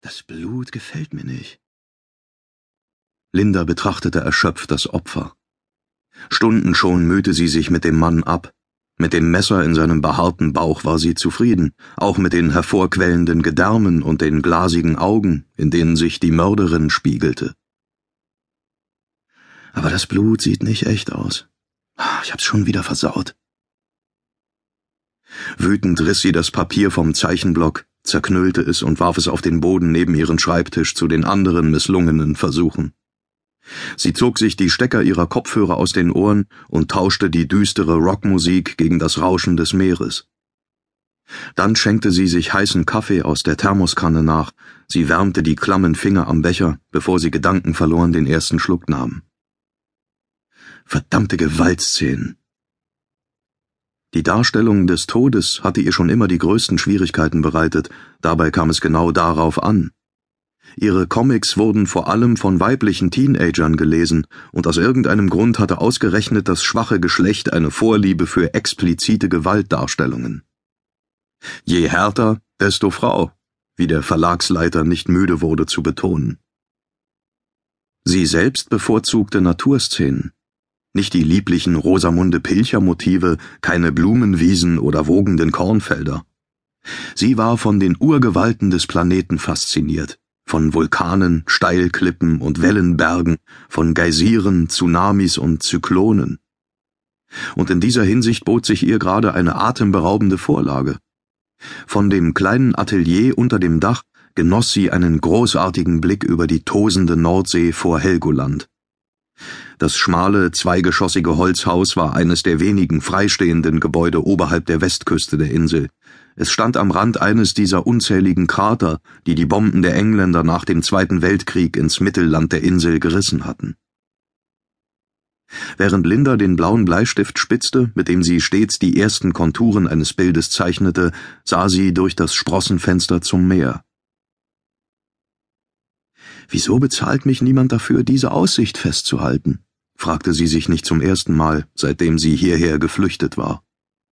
Das Blut gefällt mir nicht. Linda betrachtete erschöpft das Opfer. Stunden schon mühte sie sich mit dem Mann ab. Mit dem Messer in seinem behaarten Bauch war sie zufrieden, auch mit den hervorquellenden Gedärmen und den glasigen Augen, in denen sich die Mörderin spiegelte. Aber das Blut sieht nicht echt aus. Ich hab's schon wieder versaut. Wütend riss sie das Papier vom Zeichenblock, zerknüllte es und warf es auf den Boden neben ihren Schreibtisch zu den anderen misslungenen Versuchen. Sie zog sich die Stecker ihrer Kopfhörer aus den Ohren und tauschte die düstere Rockmusik gegen das Rauschen des Meeres. Dann schenkte sie sich heißen Kaffee aus der Thermoskanne nach, sie wärmte die klammen Finger am Becher, bevor sie gedankenverloren den ersten Schluck nahm. Verdammte Gewaltszenen. Die Darstellung des Todes hatte ihr schon immer die größten Schwierigkeiten bereitet, dabei kam es genau darauf an. Ihre Comics wurden vor allem von weiblichen Teenagern gelesen, und aus irgendeinem Grund hatte ausgerechnet das schwache Geschlecht eine Vorliebe für explizite Gewaltdarstellungen. Je härter, desto Frau, wie der Verlagsleiter nicht müde wurde zu betonen. Sie selbst bevorzugte Naturszenen. Nicht die lieblichen Rosamunde Pilcher-Motive, keine Blumenwiesen oder wogenden Kornfelder. Sie war von den Urgewalten des Planeten fasziniert, von Vulkanen, Steilklippen und Wellenbergen, von Geysiren, Tsunamis und Zyklonen. Und in dieser Hinsicht bot sich ihr gerade eine atemberaubende Vorlage. Von dem kleinen Atelier unter dem Dach genoss sie einen großartigen Blick über die tosende Nordsee vor Helgoland. Das schmale, zweigeschossige Holzhaus war eines der wenigen freistehenden Gebäude oberhalb der Westküste der Insel. Es stand am Rand eines dieser unzähligen Krater, die die Bomben der Engländer nach dem Zweiten Weltkrieg ins Mittelland der Insel gerissen hatten. Während Linda den blauen Bleistift spitzte, mit dem sie stets die ersten Konturen eines Bildes zeichnete, sah sie durch das Sprossenfenster zum Meer. »Wieso bezahlt mich niemand dafür, diese Aussicht festzuhalten?« fragte sie sich nicht zum ersten Mal, seitdem sie hierher geflüchtet war.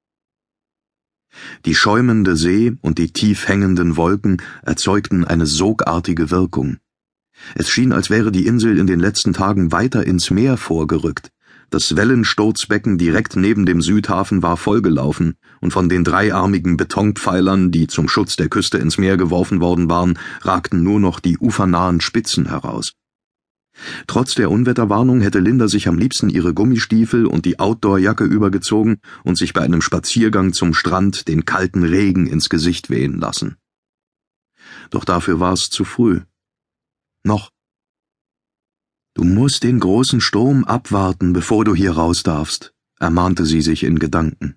Die schäumende See und die tief hängenden Wolken erzeugten eine sogartige Wirkung. Es schien, als wäre die Insel in den letzten Tagen weiter ins Meer vorgerückt. Das Wellensturzbecken direkt neben dem Südhafen war vollgelaufen, und von den dreiarmigen Betonpfeilern, die zum Schutz der Küste ins Meer geworfen worden waren, ragten nur noch die ufernahen Spitzen heraus. Trotz der Unwetterwarnung hätte Linda sich am liebsten ihre Gummistiefel und die Outdoorjacke übergezogen und sich bei einem Spaziergang zum Strand den kalten Regen ins Gesicht wehen lassen. Doch dafür war es zu früh. Noch. »Du musst den großen Sturm abwarten, bevor du hier raus darfst«, ermahnte sie sich in Gedanken.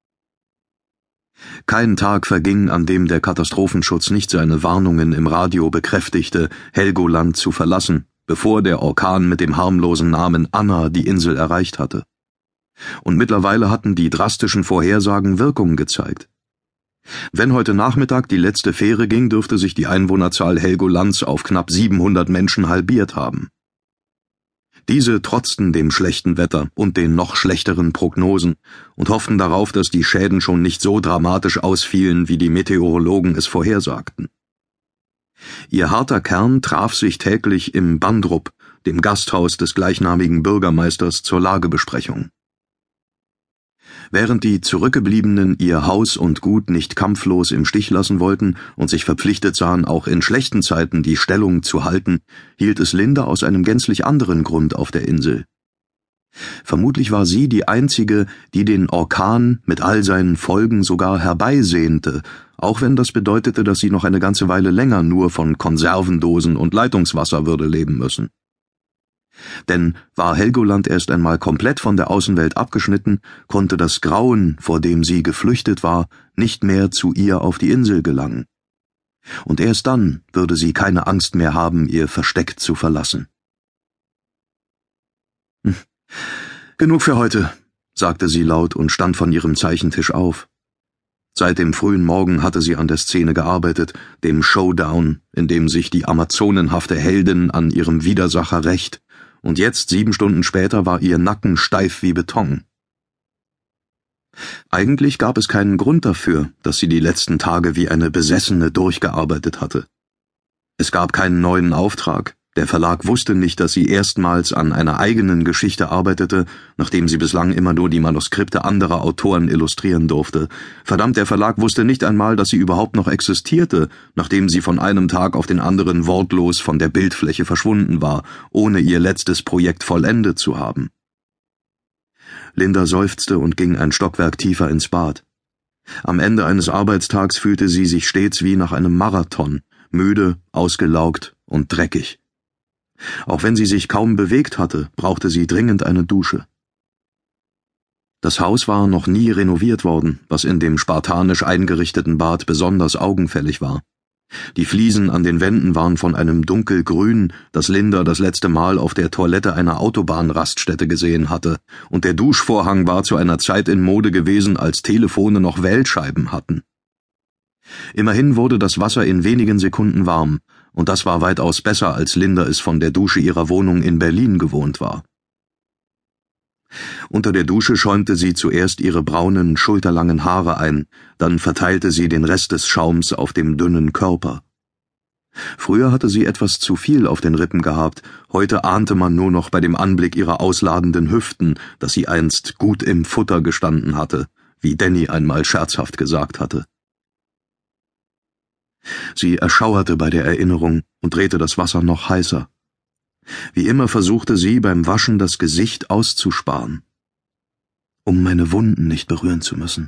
Kein Tag verging, an dem der Katastrophenschutz nicht seine Warnungen im Radio bekräftigte, Helgoland zu verlassen, bevor der Orkan mit dem harmlosen Namen Anna die Insel erreicht hatte. Und mittlerweile hatten die drastischen Vorhersagen Wirkung gezeigt. Wenn heute Nachmittag die letzte Fähre ging, dürfte sich die Einwohnerzahl Helgolands auf knapp 700 Menschen halbiert haben. Diese trotzten dem schlechten Wetter und den noch schlechteren Prognosen und hofften darauf, dass die Schäden schon nicht so dramatisch ausfielen, wie die Meteorologen es vorhersagten. Ihr harter Kern traf sich täglich im Bandrup, dem Gasthaus des gleichnamigen Bürgermeisters, zur Lagebesprechung. Während die Zurückgebliebenen ihr Haus und Gut nicht kampflos im Stich lassen wollten und sich verpflichtet sahen, auch in schlechten Zeiten die Stellung zu halten, hielt es Linda aus einem gänzlich anderen Grund auf der Insel. Vermutlich war sie die Einzige, die den Orkan mit all seinen Folgen sogar herbeisehnte, auch wenn das bedeutete, dass sie noch eine ganze Weile länger nur von Konservendosen und Leitungswasser würde leben müssen. Denn war Helgoland erst einmal komplett von der Außenwelt abgeschnitten, konnte das Grauen, vor dem sie geflüchtet war, nicht mehr zu ihr auf die Insel gelangen. Und erst dann würde sie keine Angst mehr haben, ihr Versteck zu verlassen. »Genug für heute«, sagte sie laut und stand von ihrem Zeichentisch auf. Seit dem frühen Morgen hatte sie an der Szene gearbeitet, dem Showdown, in dem sich die amazonenhafte Heldin an ihrem Widersacher rächt, und jetzt, 7 Stunden später, war ihr Nacken steif wie Beton. Eigentlich gab es keinen Grund dafür, dass sie die letzten Tage wie eine Besessene durchgearbeitet hatte. Es gab keinen neuen Auftrag. Der Verlag wusste nicht, dass sie erstmals an einer eigenen Geschichte arbeitete, nachdem sie bislang immer nur die Manuskripte anderer Autoren illustrieren durfte. Verdammt, der Verlag wusste nicht einmal, dass sie überhaupt noch existierte, nachdem sie von einem Tag auf den anderen wortlos von der Bildfläche verschwunden war, ohne ihr letztes Projekt vollendet zu haben. Linda seufzte und ging ein Stockwerk tiefer ins Bad. Am Ende eines Arbeitstags fühlte sie sich stets wie nach einem Marathon, müde, ausgelaugt und dreckig. Auch wenn sie sich kaum bewegt hatte, brauchte sie dringend eine Dusche. Das Haus war noch nie renoviert worden, was in dem spartanisch eingerichteten Bad besonders augenfällig war. Die Fliesen an den Wänden waren von einem Dunkelgrün, das Linda das letzte Mal auf der Toilette einer Autobahnraststätte gesehen hatte, und der Duschvorhang war zu einer Zeit in Mode gewesen, als Telefone noch Wählscheiben hatten. Immerhin wurde das Wasser in wenigen Sekunden warm, und das war weitaus besser, als Linda es von der Dusche ihrer Wohnung in Berlin gewohnt war. Unter der Dusche schäumte sie zuerst ihre braunen, schulterlangen Haare ein, dann verteilte sie den Rest des Schaums auf dem dünnen Körper. Früher hatte sie etwas zu viel auf den Rippen gehabt, heute ahnte man nur noch bei dem Anblick ihrer ausladenden Hüften, dass sie einst gut im Futter gestanden hatte, wie Danny einmal scherzhaft gesagt hatte. Sie erschauerte bei der Erinnerung und drehte das Wasser noch heißer. Wie immer versuchte sie, beim Waschen das Gesicht auszusparen, um meine Wunden nicht berühren zu müssen.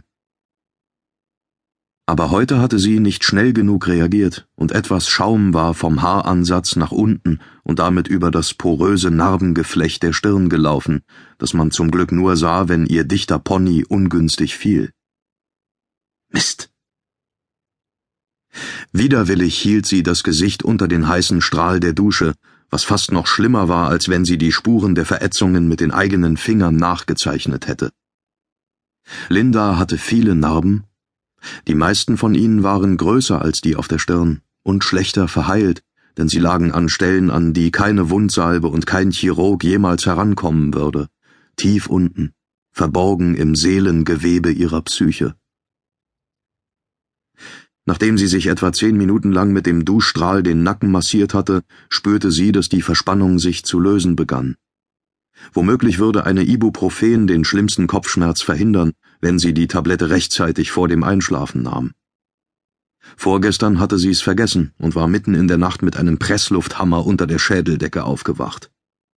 Aber heute hatte sie nicht schnell genug reagiert, und etwas Schaum war vom Haaransatz nach unten und damit über das poröse Narbengeflecht der Stirn gelaufen, das man zum Glück nur sah, wenn ihr dichter Pony ungünstig fiel. Mist! Widerwillig hielt sie das Gesicht unter den heißen Strahl der Dusche, was fast noch schlimmer war, als wenn sie die Spuren der Verätzungen mit den eigenen Fingern nachgezeichnet hätte. Linda hatte viele Narben. Die meisten von ihnen waren größer als die auf der Stirn und schlechter verheilt, denn sie lagen an Stellen, an die keine Wundsalbe und kein Chirurg jemals herankommen würde, tief unten, verborgen im Seelengewebe ihrer Psyche. Nachdem sie sich etwa 10 Minuten lang mit dem Duschstrahl den Nacken massiert hatte, spürte sie, dass die Verspannung sich zu lösen begann. Womöglich würde eine Ibuprofen den schlimmsten Kopfschmerz verhindern, wenn sie die Tablette rechtzeitig vor dem Einschlafen nahm. Vorgestern hatte sie es vergessen und war mitten in der Nacht mit einem Presslufthammer unter der Schädeldecke aufgewacht.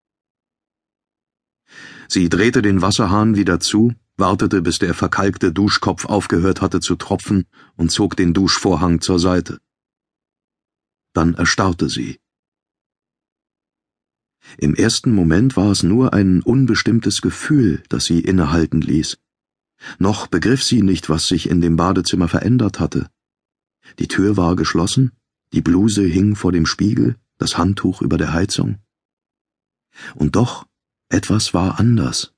Sie drehte den Wasserhahn wieder zu, wartete, bis der verkalkte Duschkopf aufgehört hatte zu tropfen und zog den Duschvorhang zur Seite. Dann erstarrte sie. Im ersten Moment war es nur ein unbestimmtes Gefühl, das sie innehalten ließ. Noch begriff sie nicht, was sich in dem Badezimmer verändert hatte. Die Tür war geschlossen, die Bluse hing vor dem Spiegel, das Handtuch über der Heizung. Und doch, etwas war anders.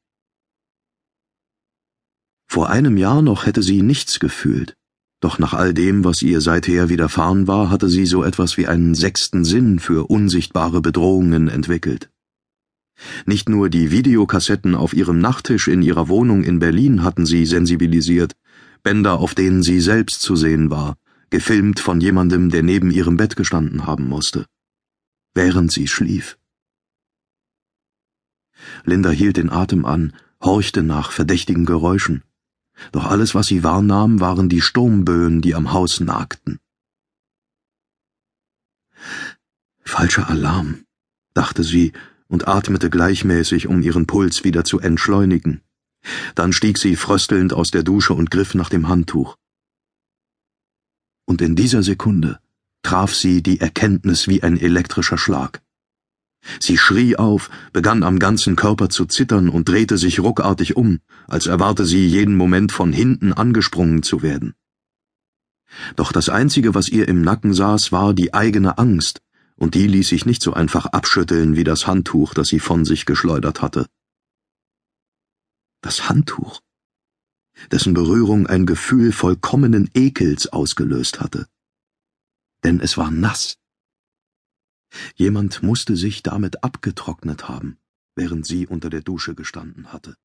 Vor einem Jahr noch hätte sie nichts gefühlt, doch nach all dem, was ihr seither widerfahren war, hatte sie so etwas wie einen 6. Sinn für unsichtbare Bedrohungen entwickelt. Nicht nur die Videokassetten auf ihrem Nachttisch in ihrer Wohnung in Berlin hatten sie sensibilisiert, Bänder, auf denen sie selbst zu sehen war, gefilmt von jemandem, der neben ihrem Bett gestanden haben musste, während sie schlief. Linda hielt den Atem an, horchte nach verdächtigen Geräuschen. Doch alles, was sie wahrnahm, waren die Sturmböen, die am Haus nagten. Falscher Alarm, dachte sie und atmete gleichmäßig, um ihren Puls wieder zu entschleunigen. Dann stieg sie fröstelnd aus der Dusche und griff nach dem Handtuch. Und in dieser Sekunde traf sie die Erkenntnis wie ein elektrischer Schlag. Sie schrie auf, begann am ganzen Körper zu zittern und drehte sich ruckartig um, als erwarte sie jeden Moment von hinten angesprungen zu werden. Doch das Einzige, was ihr im Nacken saß, war die eigene Angst, und die ließ sich nicht so einfach abschütteln wie das Handtuch, das sie von sich geschleudert hatte. Das Handtuch, dessen Berührung ein Gefühl vollkommenen Ekels ausgelöst hatte. Denn es war nass. Jemand musste sich damit abgetrocknet haben, während sie unter der Dusche gestanden hatte.